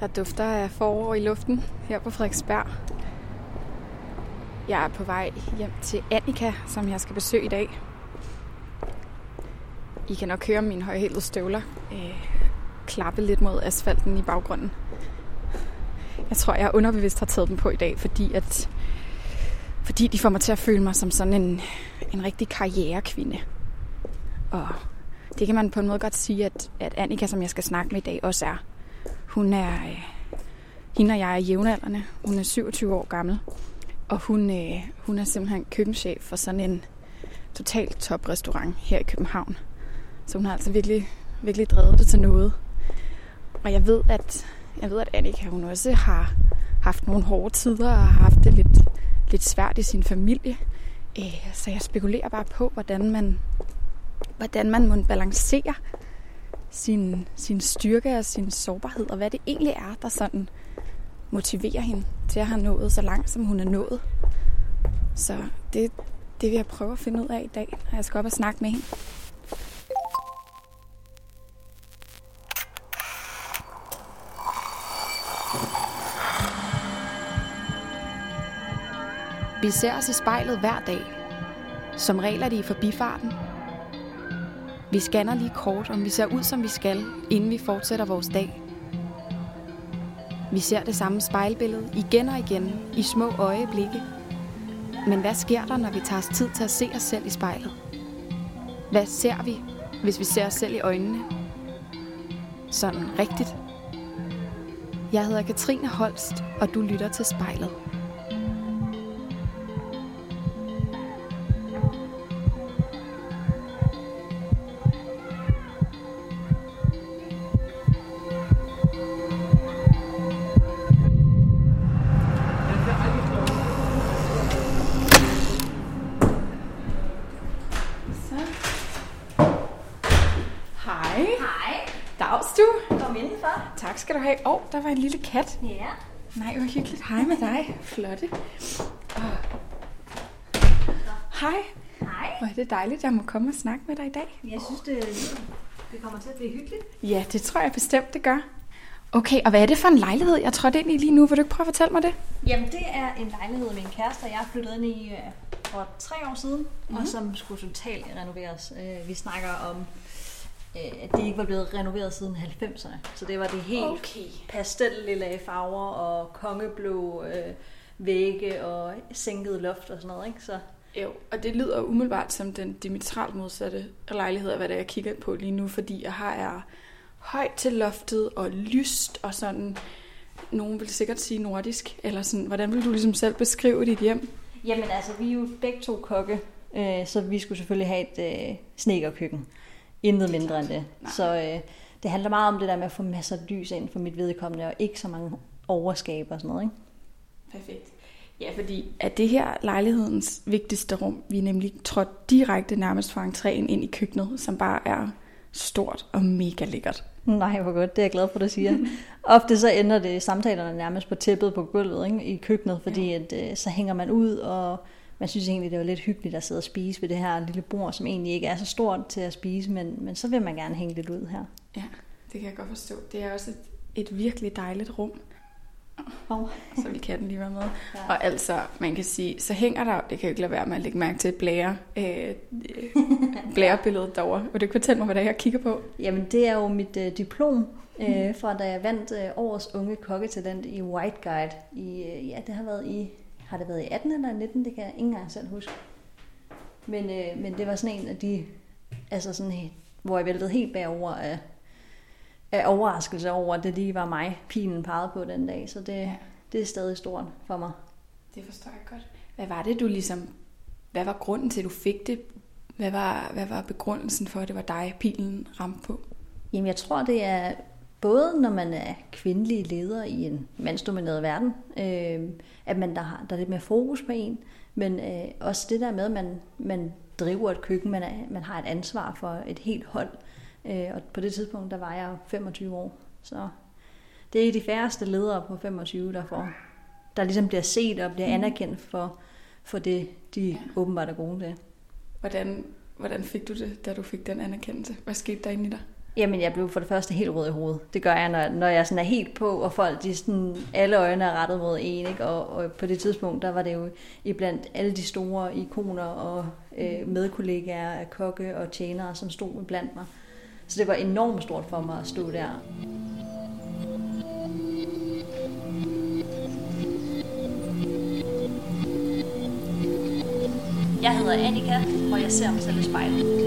Der dufter af forår i luften her på Frederiksberg. Jeg er på vej hjem til Annika, som jeg skal besøge i dag. I kan nok høre mine højhælede støvler klappe lidt mod asfalten i baggrunden. Jeg tror, jeg underbevidst har taget dem på i dag, fordi de får mig til at føle mig som sådan en rigtig karrierekvinde. Og det kan man på en måde godt sige, at Annika, som jeg skal snakke med i dag, også er. Hende og jeg er jævnaldrende. Hun er 27 år gammel. Og hun er simpelthen køkkenchef for sådan en totalt toprestaurant her i København. Så hun har altså virkelig, virkelig drevet det til noget. Og jeg ved, at Annika, hun også har haft nogle hårde tider og har haft det lidt svært i sin familie. Så jeg spekulerer bare på, hvordan man må balancere sin styrke og sin sårbarhed, og hvad det egentlig er, der sådan motiverer hende til at have nået så langt, som hun er nået. Så det vil jeg prøve at finde ud af i dag, når jeg skal op og snakke med hende. Vi ser os i spejlet hver dag. Som regel er det i forbifarten. Vi scanner lige kort, om vi ser ud, som vi skal, inden vi fortsætter vores dag. Vi ser det samme spejlbillede igen og igen i små øjeblikke. Men hvad sker der, når vi tager os tid til at se os selv i spejlet? Hvad ser vi, hvis vi ser os selv i øjnene? Sådan rigtigt. Jeg hedder Katrine Holst, og du lytter til Spejlet. Kom indenfor. Tak skal du have. Der var en lille kat. Ja. Nej, hvor hyggeligt. Hej med dig. Flotte. Hej. Hej. Hvor er det dejligt, at jeg må komme og snakke med dig i dag. Jeg synes, det kommer til at blive hyggeligt. Ja, det tror jeg bestemt, det gør. Okay, og hvad er det for en lejlighed, jeg trådte ind i lige nu? Vil du ikke prøve at fortælle mig det? Jamen, det er en lejlighed, min kæreste og jeg flyttede ind i for 3 år siden, og som skulle totalt renoveres. Vi snakker om at det ikke var blevet renoveret siden 90'erne. Så det var det helt pastellilla farver og kongeblå vægge og sænket loft og sådan noget, ikke? Så jo, og det lyder umiddelbart som den diametralt modsatte lejlighed af, hvad det er, jeg kigger på lige nu, fordi jeg er højt til loftet og lyst og sådan, nogen vil sikkert sige nordisk, eller sådan, hvordan vil du ligesom selv beskrive dit hjem? Jamen altså, vi er jo begge 2 kokke, så vi skulle selvfølgelig have et snedkerkøkken. Intet mindre end det. Nej. Så det handler meget om det der med at få masser af lys ind for mit vedkommende, og ikke så mange overskaber og sådan noget, ikke? Perfekt. Ja, fordi at det her lejlighedens vigtigste rum, vi er nemlig trådt direkte nærmest fra entréen ind i køkkenet, som bare er stort og mega lækkert. Nej, hvor godt. Det er jeg glad for, at du siger. Ofte så ender det samtalerne nærmest på tæppet på gulvet, ikke? I køkkenet, fordi at, så hænger man ud, og man synes egentlig, det var lidt hyggeligt at sidde og spise ved det her lille bord, som egentlig ikke er så stort til at spise, men så vil man gerne hænge lidt ud her. Ja, det kan jeg godt forstå. Det er også et virkelig dejligt rum. Så vi kan lige være med. Ja. Og altså, man kan sige, så hænger der, det kan jo ikke lade være med at lægge mærke til et blærebillede derovre. Vil du ikke fortælle mig, hvad det er, jeg kigger på? Jamen, det er jo mit diplom, fra da jeg vandt årets unge kokketalent i White Guide. Det har været i 18 eller 19, det kan jeg ikke engang selv huske. Men det var sådan en af de, altså sådan, hvor jeg væltede helt bagover af overraskelse over, at det lige var mig, pilen pegede på den dag. Så det er stadig stort for mig. Det forstår jeg godt. Hvad var det, hvad var grunden til, at du fik det? Hvad var begrundelsen for, at det var dig, pilen ramte på? Jamen, jeg tror, det er både, når man er kvindelig leder i en mandsdomineret verden, at der er lidt mere fokus på en, men også det der med, at man driver et køkken, man har et ansvar for et helt hold. Og på det tidspunkt, der var jeg 25 år. Så det er de færreste ledere på 25, der ligesom bliver set og bliver anerkendt for det, de åbenbart er gode til. Hvordan fik du det, da du fik den anerkendelse? Hvad skete der inde i dig? Jamen, jeg blev for det første helt rød i hovedet. Det gør jeg, når jeg sådan er helt på, og folk, de sådan, alle øjne er rettet mod en, ikke? Og på det tidspunkt, der var det jo iblandt alle de store ikoner og medkollegaer af kokke og tjenere, som stod blandt mig. Så det var enormt stort for mig at stå der. Jeg hedder Annika, og jeg ser mig selv i spejlet.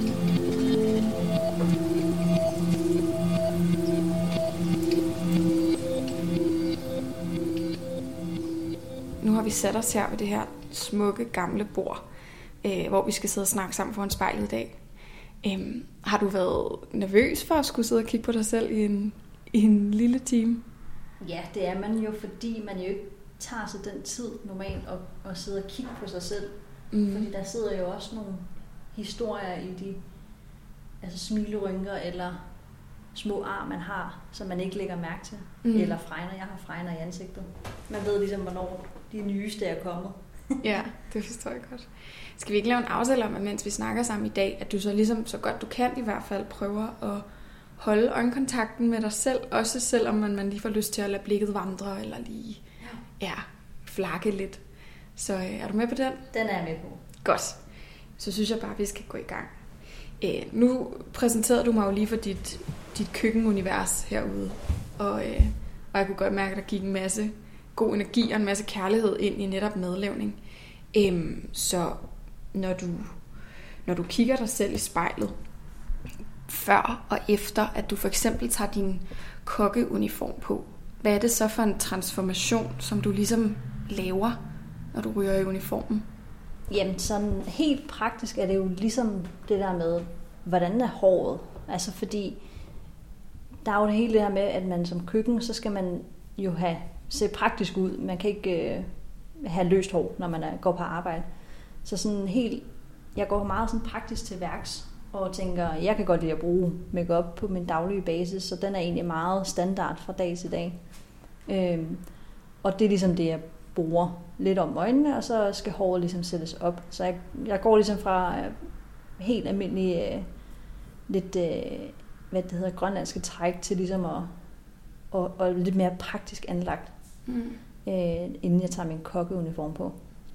Nu har vi sat os her ved det her smukke gamle bord, hvor vi skal sidde og snakke sammen foran spejlet i dag. Har du været nervøs for at skulle sidde og kigge på dig selv i en lille time? Ja, det er man jo, fordi man jo ikke tager sig den tid normalt at sidde og kigge på sig selv. Fordi der sidder jo også nogle historier i de smilerynker eller små ar, man har, som man ikke lægger mærke til. Eller fregner. Jeg har fregner i ansigtet. Man ved ligesom, hvornår de nyeste er kommet. Ja, det forstår jeg godt. Skal vi ikke lave en aftale om, at mens vi snakker sammen i dag, at du så ligesom så godt du kan i hvert fald prøver at holde øjenkontakten med dig selv, også selvom man lige får lyst til at lade blikket vandre, eller lige flakke lidt. Så er du med på den? Den er jeg med på. Godt. Så synes jeg bare, at vi skal gå i gang. Nu præsenterede du mig jo lige for dit køkkenunivers herude, og jeg kunne godt mærke, at der gik en masse god energi og en masse kærlighed ind i netop madlavning. Så når du kigger dig selv i spejlet, før og efter, at du for eksempel tager din kokkeuniform på, hvad er det så for en transformation, som du ligesom laver, når du ryger i uniformen? Jamen sådan helt praktisk er det jo ligesom det der med, hvordan er håret? Altså fordi der er jo det hele det her med, at man som køkken, så skal man jo se praktisk ud. Man kan ikke have løst hår, når man går på arbejde. Så sådan jeg går meget sådan praktisk til værks og tænker, jeg kan godt lide at bruge makeup på min daglige basis, så den er egentlig meget standard fra dag til dag. Og det er ligesom det, jeg bruger lidt om øjnene, og så skal håret ligesom sættes op. Så jeg går ligesom fra helt almindelig lidt grønlandske træk til ligesom og lidt mere praktisk anlagt, inden jeg tager min kokkeuniform på.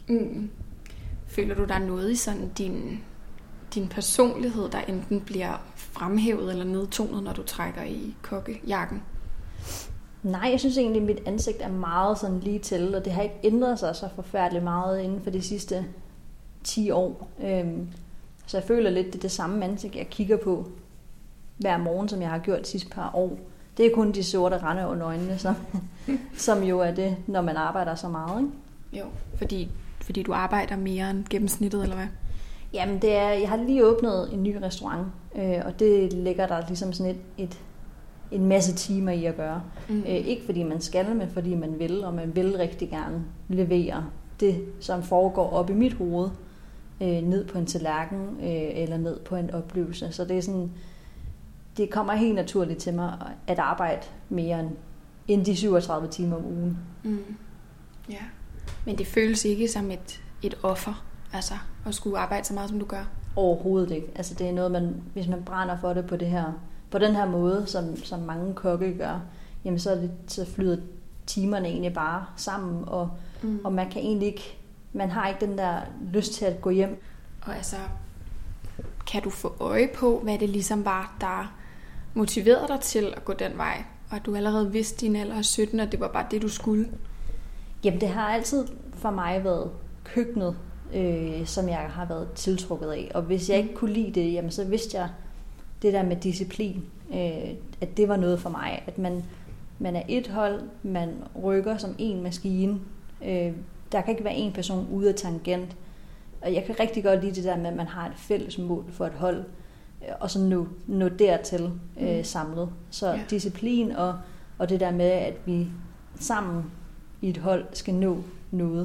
Føler du, der er noget i sådan din personlighed, der enten bliver fremhævet eller nedtonet, når du trækker i kokkejakken? Nej, jeg synes egentlig, at mit ansigt er meget sådan lige til, og det har ikke ændret sig så forfærdeligt meget inden for de sidste 10 år. Så jeg føler lidt, det er det samme ansigt, jeg kigger på hver morgen, som jeg har gjort de sidste par år. Det er kun de sorte rande under øjnene, som jo er det, når man arbejder så meget, ikke? Jo, fordi du arbejder mere end gennemsnittet, eller hvad? Jamen, jeg har lige åbnet en ny restaurant, og det ligger der ligesom sådan en masse timer i at gøre. Ikke fordi man skal, men fordi man vil, og man vil rigtig gerne levere det, som foregår op i mit hoved, ned på en tallerken eller ned på en oplevelse. Så det er sådan, det kommer helt naturligt til mig at arbejde mere end de 37 timer om ugen. Ja, men det føles ikke som et offer, altså at skulle arbejde så meget, som du gør? Overhovedet ikke. Altså det er noget, hvis man brænder for det på den her måde, som mange kokke gør, jamen så flyder timerne egentlig bare sammen, og man kan egentlig ikke, man har ikke den der lyst til at gå hjem. Og altså, kan du få øje på, hvad det ligesom var, der motiverede dig til at gå den vej, og at du allerede vidste din alder af 17, og det var bare det, du skulle? Jamen det har altid for mig været køkkenet, som jeg har været tiltrukket af, og hvis jeg ikke kunne lide det, jamen så vidste jeg, det der med disciplin, at det var noget for mig, at man er et hold, man rykker som en maskine, der kan ikke være en person ude af tangent, og jeg kan rigtig godt lide det der med, at man har et fælles mål for et hold, og så nå dertil samlet. Så disciplin og det der med, at vi sammen i et hold skal nå noget,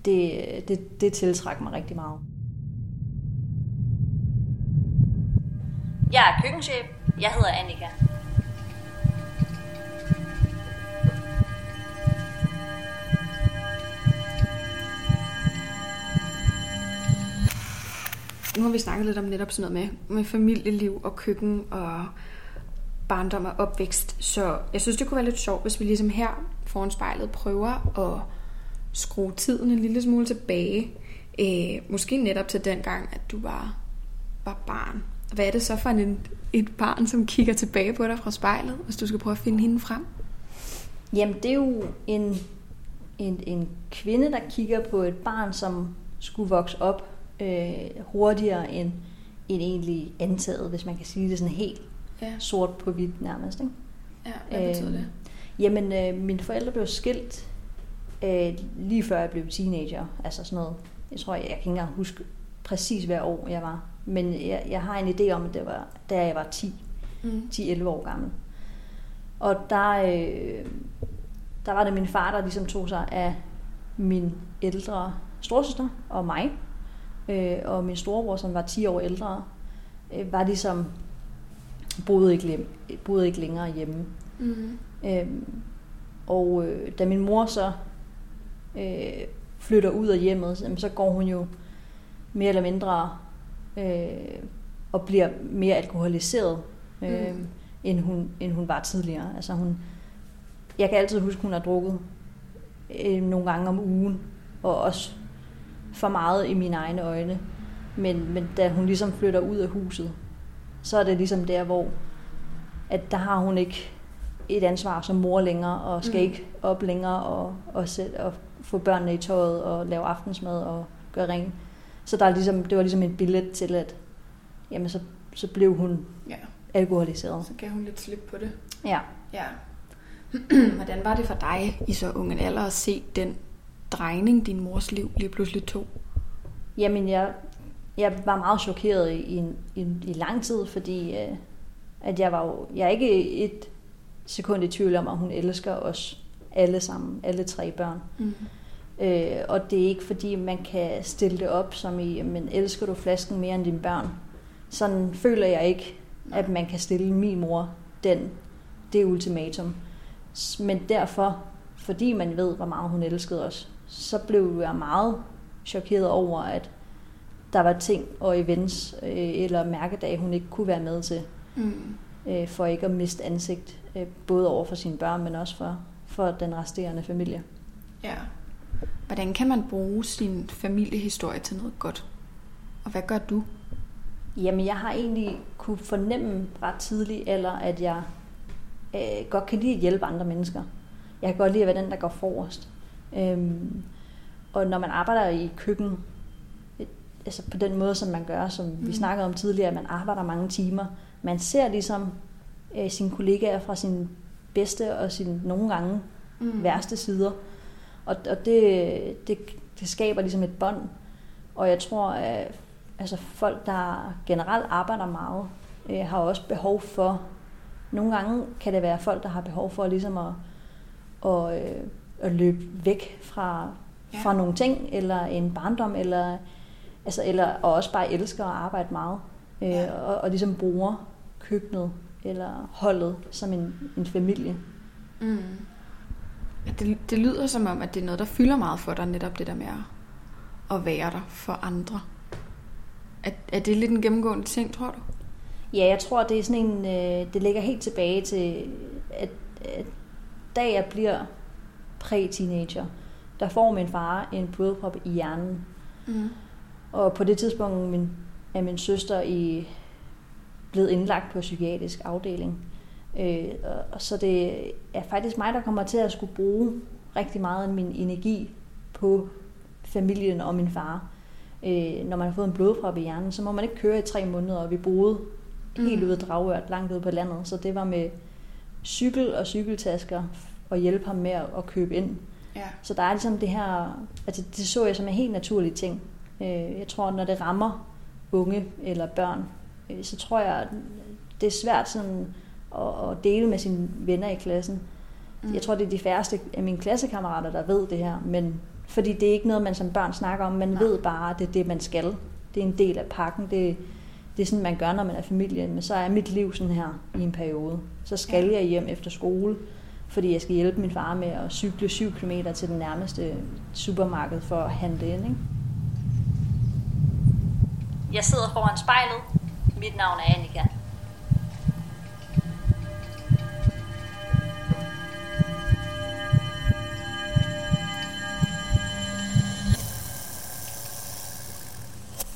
det tiltrækker mig rigtig meget. Jeg er køkkenchef. Jeg hedder Annika. Nu har vi snakket lidt om netop sådan noget med familieliv og køkken barndom og opvækst. Så jeg synes, det kunne være lidt sjovt, hvis vi ligesom her foran spejlet prøver at skrue tiden en lille smule tilbage. Måske netop til den gang, at du var barn. Hvad er det så for et barn, som kigger tilbage på dig fra spejlet, hvis du skal prøve at finde hende frem? Jamen, det er jo en kvinde, der kigger på et barn, som skulle vokse op hurtigere end egentlig antaget, hvis man kan sige det sådan helt sort på hvidt nærmest. Ikke? Ja, hvad betyder det? Jamen, mine forældre blev skilt lige før jeg blev teenager. Altså sådan noget. Jeg tror, jeg kan ikke engang huske præcis hver år jeg var. Men jeg har en idé om, at det var, da jeg var 10-11 år gammel. Og der var det min far, der ligesom tog sig af min ældre storesøster og mig. Og min storebror, som var 10 år ældre, var ligesom boede ikke længere hjemme. Og da min mor så flytter ud af hjemmet, så går hun jo mere eller mindre og bliver mere alkoholiseret, end hun var tidligere. Altså jeg kan altid huske, hun har drukket nogle gange om ugen, og også for meget i mine egne øjne. Men da hun ligesom flytter ud af huset, så er det ligesom der, hvor at der har hun ikke et ansvar som mor længere, og skal ikke op længere og få børnene i tøjet og lave aftensmad og gøre rent. Så det var ligesom et billet til, at jamen, så blev hun alkoholiseret. Så gav hun lidt slip på det. Ja. Hvordan var det for dig i så ung en alder at se den drejning, din mors liv lige pludselig tog? Jamen, jeg var meget chokeret i lang tid, fordi at jeg er ikke et sekund i tvivl om, at hun elsker os alle sammen, alle 3 børn. Og det er ikke fordi, man kan stille det op som i, men elsker du flasken mere end dine børn? Sådan føler jeg ikke, at man kan stille min mor det ultimatum. Men derfor, fordi man ved, hvor meget hun elskede os, så blev jeg meget chokeret over, at der var ting og events eller mærkedage, hun ikke kunne være med til, for ikke at miste ansigt, både over for sine børn, men også for den resterende familie. Ja. Hvordan kan man bruge sin familiehistorie til noget godt? Og hvad gør du? Jamen, jeg har egentlig kunne fornemme ret tidligt, eller at jeg godt kan lide at hjælpe andre mennesker. Jeg kan godt lide at være den, der går forrest. Og når man arbejder i køkken, altså på den måde, som man gør, som vi snakkede om tidligere, at man arbejder mange timer, man ser ligesom sine kollegaer fra sin bedste og sine nogle gange værste sider. Og det skaber ligesom et bånd. Og jeg tror, at altså folk, der generelt arbejder meget, har også behov for, nogle gange kan det være folk, der har behov for ligesom at løbe væk fra nogle ting, eller en barndom, eller og også bare elsker at arbejde meget, og ligesom bruger køkkenet eller holdet som en familie. Det lyder som om, at det er noget, der fylder meget for dig, netop det der med at være der for andre. Er det lidt en gennemgående ting, tror du? Ja, jeg tror, det er sådan en, det ligger helt tilbage til, at da jeg bliver præ-teenager, der får min far en blodprop i hjernen. Og på det tidspunkt er min søster blevet indlagt på psykiatrisk afdeling. Og så det er faktisk mig, der kommer til at skulle bruge rigtig meget af min energi på familien og min far. Når man har fået en blodprop i hjernen, så må man ikke køre i 3 måneder, og vi boede helt ude af Dragør, langt ude på landet. Så det var med cykel og cykeltasker og hjælpe ham med at købe ind. Ja. Så der er ligesom det her, altså det så jeg som en helt naturlig ting. Jeg tror, når det rammer unge eller børn, så tror jeg, det er svært sådan at dele med sine venner i klassen. Jeg tror, det er de færreste af mine klassekammerater, der ved det her, men fordi det er ikke noget, man som børn snakker om. Man ved bare, at det er det, man skal. Det er en del af pakken. Det er sådan, man gør, når man er familie. Men så er mit liv sådan her i en periode. Så skal jeg hjem efter skole, fordi jeg skal hjælpe min far med at cykle 7 kilometer til den nærmeste supermarked for at handle ind. Ikke? Jeg sidder foran spejlet. Mit navn er Annika.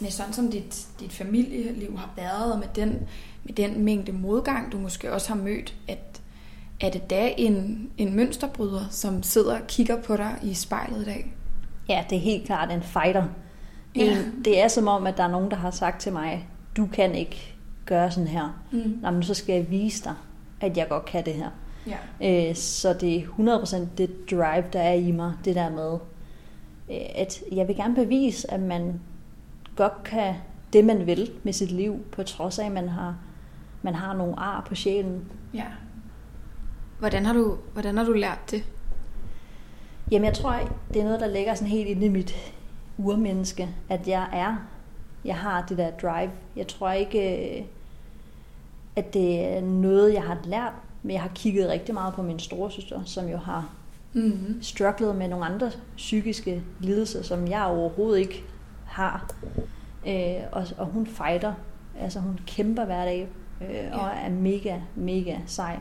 med sådan som dit familieliv har været, og med den mængde modgang, du måske også har mødt, er det da en mønsterbryder, som sidder og kigger på dig i spejlet i dag? Ja, det er helt klart en fighter. Det er som om, at der er nogen, der har sagt til mig, du kan ikke gøre sådan her. Nå, men så skal jeg vise dig, at jeg godt kan det her. Ja. Så det er 100% det drive, der er i mig. Det der med, at jeg vil gerne bevise, at man godt kan det, man vil med sit liv, på trods af, at man har nogle ar på sjælen. Ja. Hvordan har du lært det? Jamen, jeg tror, det er noget, der ligger sådan helt inde i mit urmenneske, at jeg har det der drive. Jeg tror ikke, at det er noget, jeg har lært, men jeg har kigget rigtig meget på min storesøster, som jo har strugglet med nogle andre psykiske lidelser, som jeg overhovedet ikke har. Og hun fighter, altså hun kæmper hver dag, og er mega, mega sej.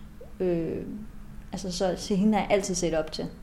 Så hende har jeg altid set op til.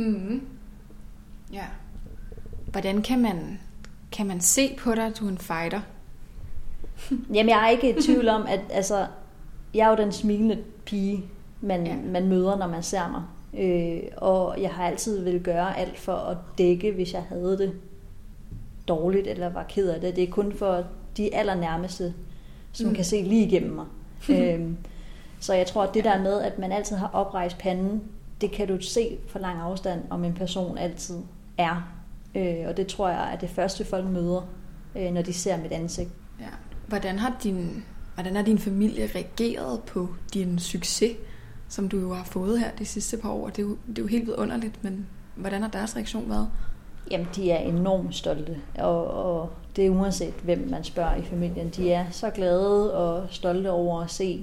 Ja. Hvordan kan man se på dig, at du er en fighter? Jamen, jeg er ikke i tvivl om, at jeg er jo den smilende pige, man møder, når man ser mig. Og jeg har altid vil gøre alt for at dække, hvis jeg havde det dårligt eller var ked af det. Det er kun for de allernærmeste, som kan se lige igennem mig. Så jeg tror, at det der med, at man altid har oprejst panden, det kan du se for lang afstand, om en person altid er. Og det tror jeg er det første, folk møder, når de ser mit ansigt. Ja. Hvordan har din familie reageret på din succes, som du jo har fået her de sidste par år? Det er jo helt vidunderligt, men hvordan har deres reaktion været? Jamen, de er enormt stolte, og det er uanset, hvem man spørger i familien. De er så glade og stolte over at se,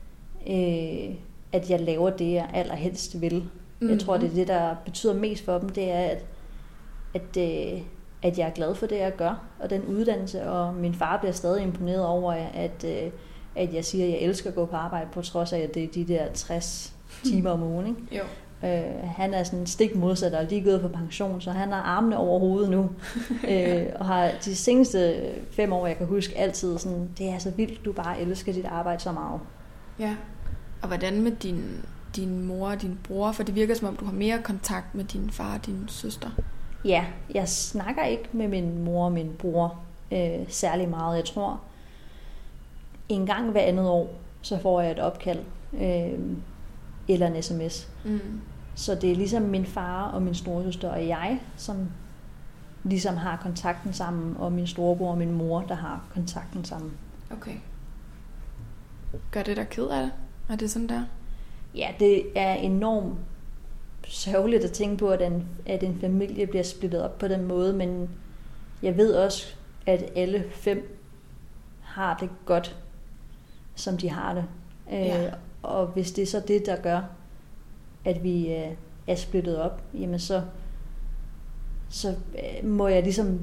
at jeg laver det, jeg allerhelst vil. Jeg tror, det er det, der betyder mest for dem, det er, at jeg er glad for det, jeg gør, og den uddannelse, og min far bliver stadig imponeret over, at jeg siger, at jeg elsker at gå på arbejde, på trods af, at det er de der 60 timer om ugen. Ikke? Jo. Han er sådan stik modsat og lige gået på pension, så han har armene over hovedet nu. Og har de seneste 5 år, jeg kan huske, altid sådan, det er så vildt, du bare elsker dit arbejde så meget. Ja, og hvordan med din mor og din bror? For det virker som om, du har mere kontakt med din far og din søster. Ja, jeg snakker ikke med min mor og min bror særlig meget. Jeg tror, en gang hver andet år, så får jeg et opkald eller en sms. Så det er ligesom min far og min storesøster og jeg, som ligesom har kontakten sammen, og min storebror og min mor, der har kontakten sammen. Okay. Gør det dig ked af det? Er det sådan der? Ja, det er enormt sørgeligt at tænke på, at en familie bliver splittet op på den måde, men jeg ved også, at alle 5 har det godt, som de har det. Ja. Og hvis det er så det, der gør, at vi er splittet op, jamen så må jeg ligesom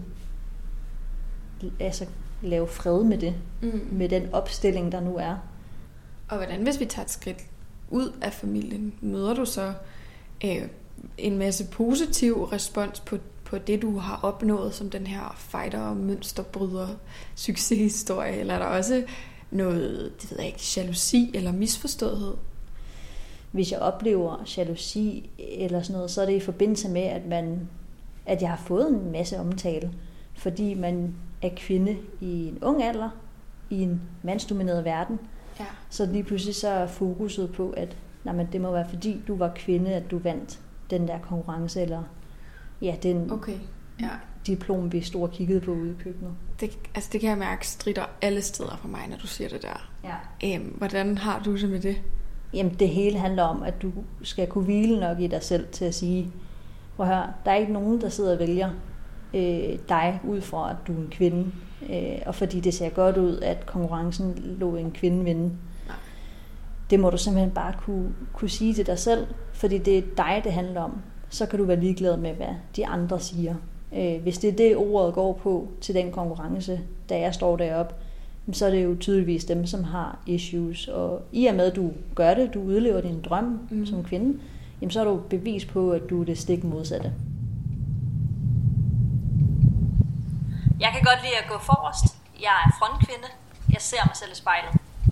lave fred med det, med den opstilling, der nu er. Og hvordan, hvis vi tager et skridt ud af familien, møder du så en masse positiv respons på det, du har opnået som den her fighter- og mønsterbryder succeshistorie, eller er der også noget, det ved jeg ikke, jalousi eller misforståethed? Hvis jeg oplever jalousi eller sådan noget, så er det i forbindelse med, at jeg har fået en masse omtale, fordi man er kvinde i en ung alder, i en mandsdomineret verden. Ja. Så lige pludselig så er fokuset på, at det må være fordi du var kvinde, at du vandt den der konkurrence, eller den diplom, vi stod og kiggede på ude i køkkenet. Det kan jeg mærke stritter alle steder for mig, når du siger det der. Ja. Hvordan har du det med det? Jamen, det hele handler om, at du skal kunne hvile nok i dig selv til at sige, prøv at høre, der er ikke nogen, der sidder og vælger dig ud fra, at du er en kvinde, og fordi det ser godt ud, at konkurrencen lå en kvinde vinde. Nej. Det må du simpelthen bare kunne sige til dig selv, fordi det er dig, det handler om. Så kan du være ligeglad med, hvad de andre siger. Hvis det er det, ordet går på til den konkurrence, da jeg står deroppe, så er det jo tydeligvis dem, som har issues. Og i og med, at du gør det, du udlever din drøm som kvinde, jamen så er du bevis på, at du er det stik modsatte. Jeg kan godt lide at gå forrest. Jeg er frontkvinde. Jeg ser mig selv i spejlet.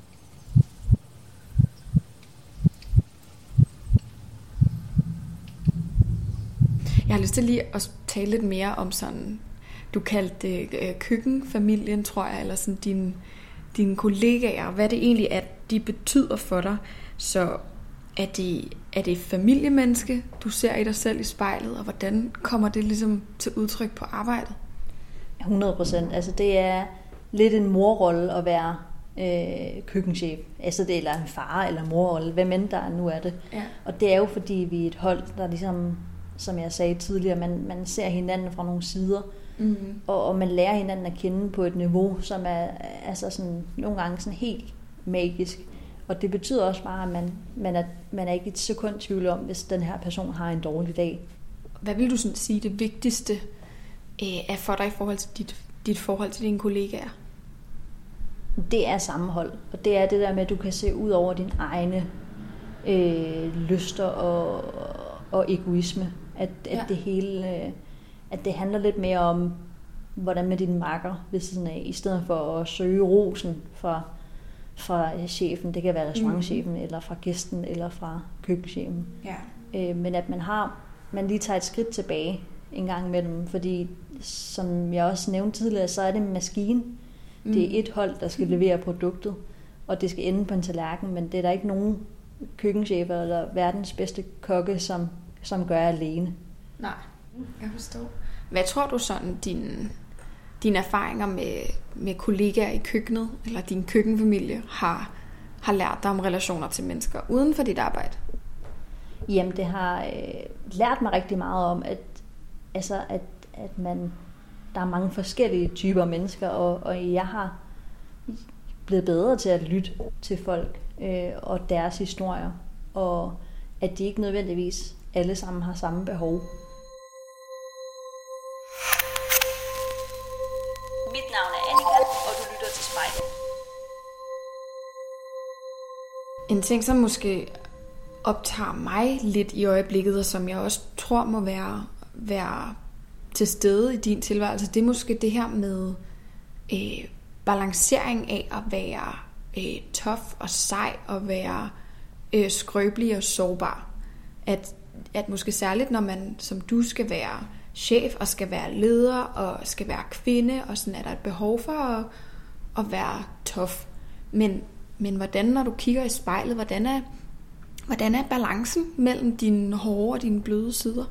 Jeg har lyst til lige at tale lidt mere om sådan, du kaldte det køkkenfamilien, tror jeg, eller sådan dine kollegaer, hvad det egentlig er, de betyder for dig. Så er det familiemenneske, du ser i dig selv i spejlet, og hvordan kommer det ligesom til udtryk på arbejdet? 100%. Altså det er lidt en morrolle at være køkkenchef. Altså det eller en far eller morrolle, hvem end der nu er det. Ja. Og det er jo fordi vi er et hold, der ligesom, som jeg sagde tidligere, man ser hinanden fra nogle sider. Mm-hmm. Og man lærer hinanden at kende på et niveau, som er altså sådan, nogle gange sådan helt magisk. Og det betyder også bare, at man er ikke et sekund tvivl om, hvis den her person har en dårlig dag. Hvad vil du sådan sige det vigtigste er for dig i forhold til dit forhold til dine kollegaer? Det er sammenhold, og det er det der med, at du kan se ud over dine egne lyster og egoisme. At det hele, at det handler lidt mere om, hvordan med dine makker ved siden af, i stedet for at søge rosen fra chefen. Det kan være restaurantchefen, eller fra gæsten, eller fra køkkenchefen. Ja. Men at man lige tager et skridt tilbage en gang imellem, fordi som jeg også nævnte tidligere, så er det en maskine. Det er et hold, der skal levere produktet, og det skal ende på en tallerken, men det er der ikke nogen køkkenchefer eller verdens bedste kokke, som gør alene. Nej, jeg forstår. Hvad tror du sådan, dine erfaringer med kollegaer i køkkenet, eller din køkkenfamilie, har lært dig om relationer til mennesker uden for dit arbejde? Jamen, det har lært mig rigtig meget om, at der er mange forskellige typer mennesker, og jeg har blevet bedre til at lytte til folk og deres historier, og at de ikke nødvendigvis alle sammen har samme behov. Mit navn er Annika, og du lytter til Spejlet. En ting, som måske optager mig lidt i øjeblikket, og som jeg også tror må være til stede i din tilværelse, det er måske det her med balancering af at være tough og sej, og være skrøbelig og sårbar. At måske særligt, når man som du skal være chef, og skal være leder, og skal være kvinde, og sådan er der et behov for at være tough. Men hvordan, når du kigger i spejlet, hvordan er balancen mellem dine hårde og dine bløde sider?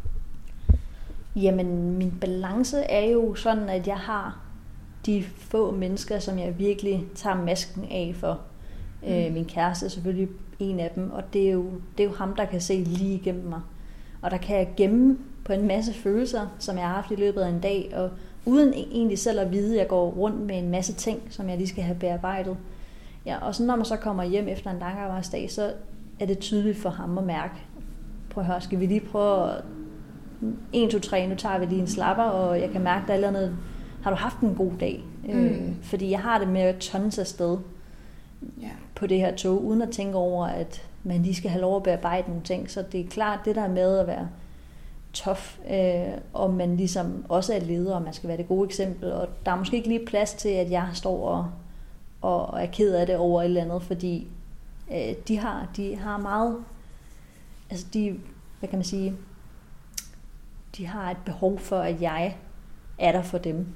Jamen, min balance er jo sådan, at jeg har de få mennesker, som jeg virkelig tager masken af for. Min kæreste er selvfølgelig en af dem, og det er jo ham, der kan se lige igennem mig. Og der kan jeg gemme på en masse følelser, som jeg har haft i løbet af en dag, og uden egentlig selv at vide, at jeg går rundt med en masse ting, som jeg lige skal have bearbejdet. Ja, og så når man så kommer hjem efter en lang arbejdsdag, så er det tydeligt for ham at mærke, prøv at høre, skal vi lige prøve 1, 2, 3, nu tager vi lige en slapper, og jeg kan mærke, der er eller andet, har du haft en god dag? Fordi jeg har det med at tonse afsted på det her tog, uden at tænke over, at man lige skal have lov at bearbejde nogle ting. Så det er klart, det der med at være tough, og man ligesom også er leder, og man skal være det gode eksempel, og der er måske ikke lige plads til, at jeg står og er ked af det over et eller andet, fordi de har meget, altså hvad kan man sige, de har et behov for, at jeg er der for dem.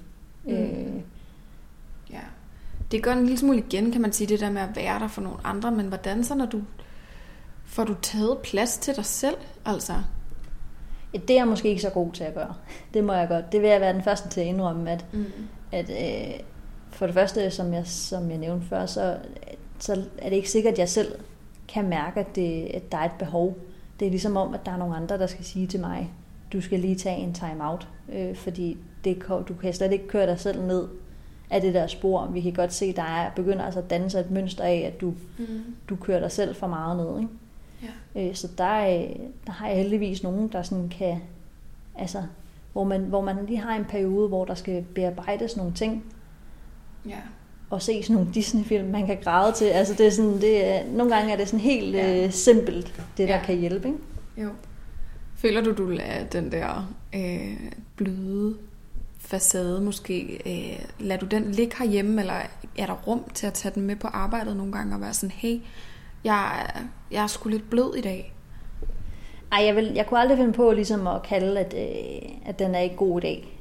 Ja. Det gør en lille smule igen, kan man sige, det der med at være der for nogle andre, men hvordan så, når får du taget plads til dig selv, altså? Ja, det er jeg måske ikke så god til at gøre. Det må jeg godt. Det vil jeg være den første til at indrømme, at for det første, som jeg nævnte før, så er det ikke sikkert, at jeg selv kan mærke, at der er et behov. Det er ligesom om, at der er nogle andre, der skal sige til mig, du skal lige tage en time-out, fordi du kan slet ikke køre dig selv ned af det der spor. Vi kan godt se, at der begynder altså at danne sig et mønster af, at du kører dig selv for meget ned. Ikke? Ja. Så der har jeg heldigvis nogen, der sådan kan, altså, hvor man lige har en periode, hvor der skal bearbejdes nogle ting, og se sådan nogle Disney-film, man kan græde til. Altså det er sådan, nogle gange er det sådan helt simpelt, det der kan hjælpe. Ikke? Jo. Føler du lader den der bløde facade måske, lader du den ligge herhjemme, eller er der rum til at tage den med på arbejdet nogle gange og være sådan, hey, jeg er sgu lidt blød i dag? Ej, jeg kunne aldrig finde på ligesom at kalde, at den er ikke god i dag.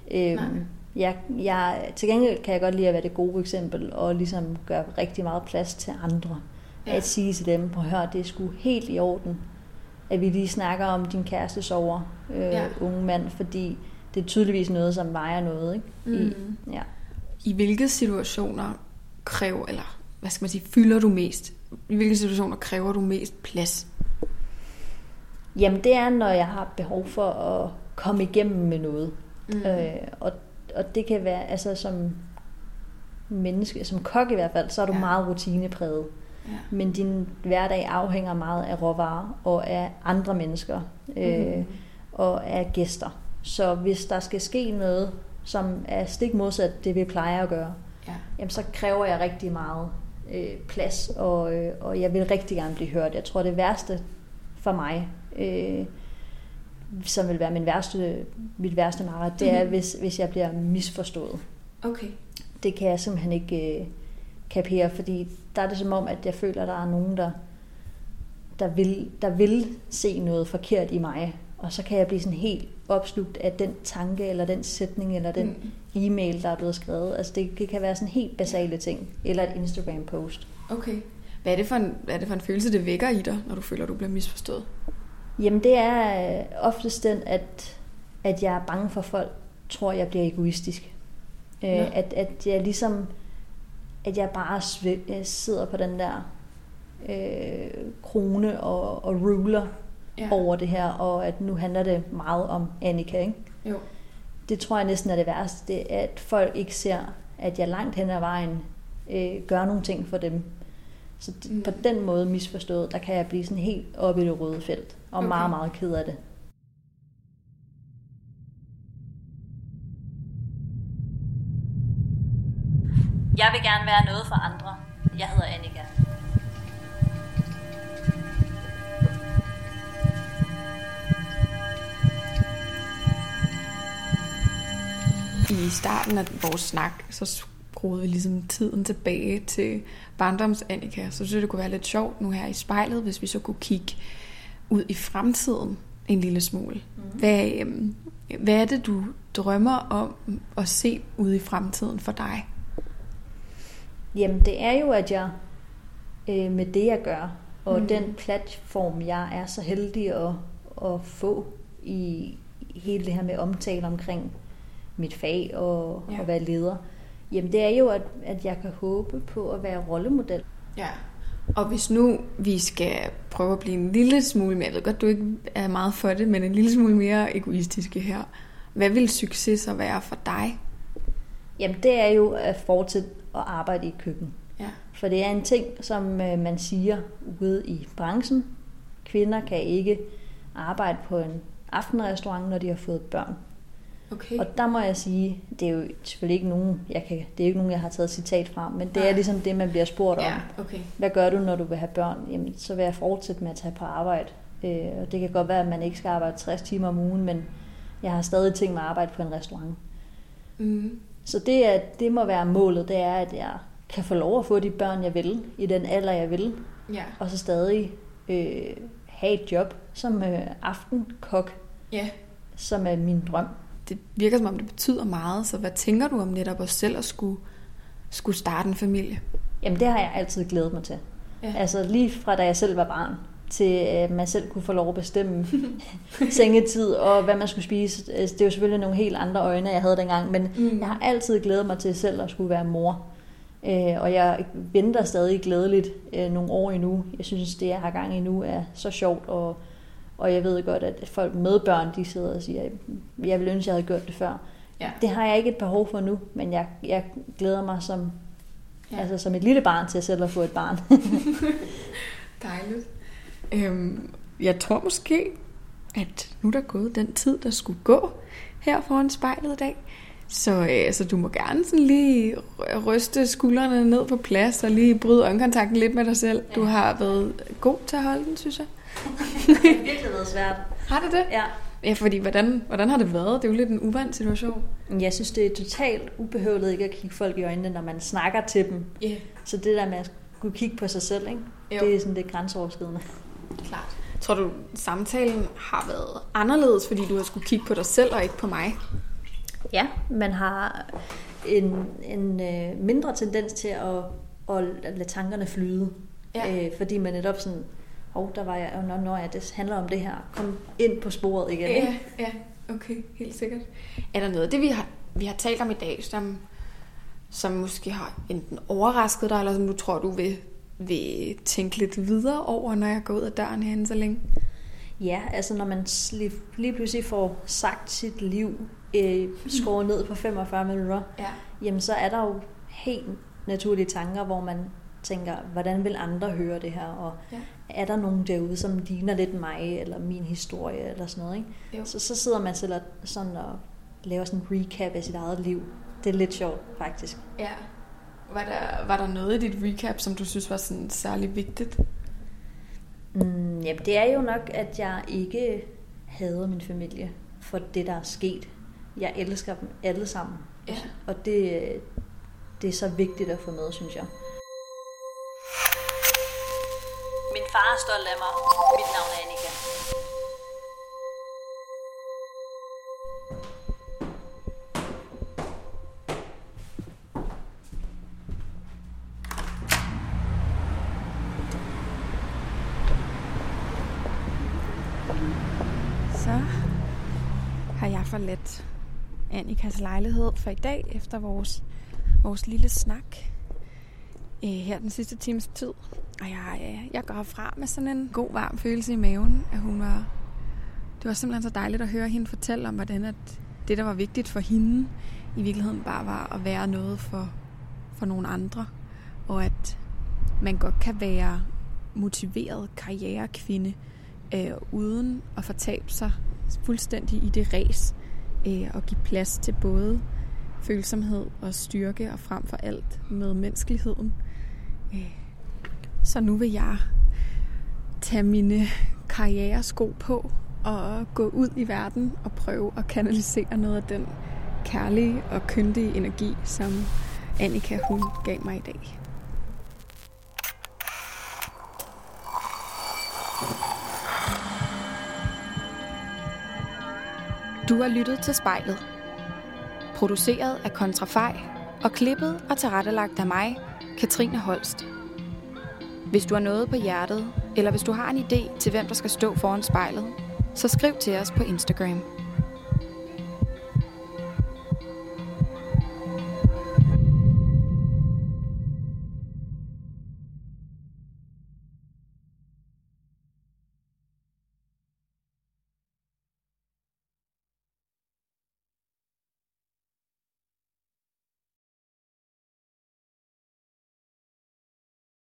Til gengæld kan jeg godt lide at være det gode eksempel, og ligesom gøre rigtig meget plads til andre. Ja. At sige til dem, prøv at høre, det er sgu helt i orden, at vi lige snakker om din kæreste sover, unge mand, fordi det er tydeligvis noget, som vejer noget. Ikke? I hvilke situationer fylder du mest? I hvilke situationer kræver du mest plads? Jamen det er, når jeg har behov for at komme igennem med noget. Og det kan være, altså som menneske, som kok i hvert fald, så er du meget rutinepræget. Ja. Men din hverdag afhænger meget af råvarer og af andre mennesker og af gæster. Så hvis der skal ske noget, som er stik modsat det, vi plejer at gøre, jamen, så kræver jeg rigtig meget plads, og jeg vil rigtig gerne blive hørt. Jeg tror, det værste for mig, som vil være mit værste mareridt, det er, hvis jeg bliver misforstået. Okay. Det kan jeg simpelthen ikke kapere, fordi der er det som om, at jeg føler, at der er nogen, der vil se noget forkert i mig, og så kan jeg blive sådan helt opslugt af den tanke, eller den sætning, eller den e-mail, der er blevet skrevet. Altså det kan være sådan helt basale ting, eller et Instagram-post. Okay. Hvad er det for en følelse, det vækker i dig, når du føler, at du bliver misforstået? Jamen det er oftest den, at jeg er bange for, at folk tror, at jeg bliver egoistisk. At jeg ligesom, at jeg bare sidder på den der krone og ruler over det her, og at nu handler det meget om Annika, ikke? Jo. Det tror jeg næsten er det værste, det er, at folk ikke ser, at jeg langt hen ad vejen gør nogle ting for dem. Så på den måde misforstået, der kan jeg blive sådan helt oppe i det røde felt, og meget, meget ked af det. Jeg vil gerne være noget for andre. Jeg hedder Annika. I starten af vores snak, så skruede vi ligesom tiden tilbage til barndoms Annika. Så synes jeg, det kunne være lidt sjovt nu her i spejlet, hvis vi så kunne kigge ud i fremtiden en lille smule. Hvad er det, du drømmer om at se ude i fremtiden for dig? Jamen, det er jo, at jeg med det, jeg gør, og den platform, jeg er så heldig at få i hele det her med omtale omkring mit fag og at være leder, jamen det er jo, at jeg kan håbe på at være rollemodel. Ja. Og hvis nu vi skal prøve at blive en lille smule mere, jeg ved godt, du ikke er meget for det, men en lille smule mere egoistiske her. Hvad vil succes så være for dig? Jamen det er jo at fortsætte at arbejde i køkken. Ja. For det er en ting, som man siger ude i branchen. Kvinder kan ikke arbejde på en aftenrestaurant, når de har fået børn. Okay. Og der må jeg sige, det er jo selvfølgelig ikke nogen, jeg har taget citat fra, men det er ligesom det, man bliver spurgt om. Okay. Hvad gør du, når du vil have børn? Jamen, så vil jeg fortsætte med at tage på arbejde. Og det kan godt være, at man ikke skal arbejde 60 timer om ugen, men jeg har stadig tænkt mig at arbejde på en restaurant. Så det må være målet, det er, at jeg kan få lov at få de børn, jeg vil, i den alder, jeg vil. Ja. Og så stadig have et job som aftenkok, som er min drøm. Det virker som om, det betyder meget, så hvad tænker du om netop os selv at skulle starte en familie? Jamen det har jeg altid glædet mig til. Ja. Altså lige fra da jeg selv var barn, til at man selv kunne få lov at bestemme sengetid og hvad man skulle spise. Det er jo selvfølgelig nogle helt andre øjne, jeg havde dengang, men jeg har altid glædet mig til selv at skulle være mor. Og jeg venter stadig glædeligt nogle år endnu. Jeg synes, det jeg har gang i nu er så sjovt, og jeg ved godt, at folk med børn, de sidder og siger, jeg ville ønske, jeg havde gjort det før. Ja. Det har jeg ikke et behov for nu, men jeg glæder mig som et lille barn til selv at få et barn. Dejligt. Jeg tror måske, at nu er der gået den tid, der skulle gå her foran spejlet i dag. Så du må gerne sådan lige ryste skuldrene ned på plads og lige bryde øjenkontakten lidt med dig selv. Ja. Du har været god til at holde den, synes jeg. Det har virkelig været svært. Har det det? Ja. Ja, fordi hvordan har det været? Det er jo lidt en uvant situation. Jeg synes, det er totalt ubehøvlet ikke at kigge folk i øjnene, når man snakker til dem. Yeah. Så det der med at skulle kigge på sig selv, ikke? Det er sådan lidt grænseoverskridende. Klart. Tror du, samtalen har været anderledes, fordi du har skulle kigge på dig selv og ikke på mig? Ja, man har en mindre tendens til at lade tankerne flyde. Ja. Fordi man netop sådan, der var jeg, det handler om det her. Kom ind på sporet igen. Ikke? Ja, okay, helt sikkert. Er der noget af det, vi har talt om i dag, som måske har enten overrasket dig, eller som du tror, du vil tænke lidt videre over, når jeg går ud af døren herinde så længe? Ja, altså når man lige pludselig får sagt sit liv skåret ned på 45 minutter, jamen så er der jo helt naturlige tanker, hvor man tænker, hvordan vil andre høre det her, og er der nogen derude, som ligner lidt mig, eller min historie, eller sådan noget, ikke? Så sidder man selv sådan og laver sådan en recap af sit eget liv. Det er lidt sjovt, faktisk. Ja. Var der noget i dit recap, som du synes var sådan særlig vigtigt? Ja, det er jo nok, at jeg ikke hader min familie for det, der er sket. Jeg elsker dem alle sammen. Ja. Og det er så vigtigt at få med, synes jeg. Min far er stolt af mig. Mit navn er Annika. Så har jeg forladt Annikas lejlighed for i dag, efter vores lille snak her den sidste times tid. Og jeg går herfra med sådan en god, varm følelse i maven, at det var simpelthen så dejligt at høre hende fortælle om, hvordan at det, der var vigtigt for hende, i virkeligheden bare var at være noget for nogle andre. Og at man godt kan være motiveret karrierekvinde, uden at fortabe sig fuldstændig i det ræs, og give plads til både følsomhed og styrke, og frem for alt med menneskeligheden. Så nu vil jeg tage mine karrieresko på og gå ud i verden og prøve at kanalisere noget af den kærlige og kyndige energi, som Annika hun gav mig i dag. Du har lyttet til Spejlet. Produceret af Kontrafej og klippet og tilrettelagt af mig, Katrine Holst. Hvis du har noget på hjertet, eller hvis du har en idé til, hvem der skal stå foran spejlet, så skriv til os på Instagram.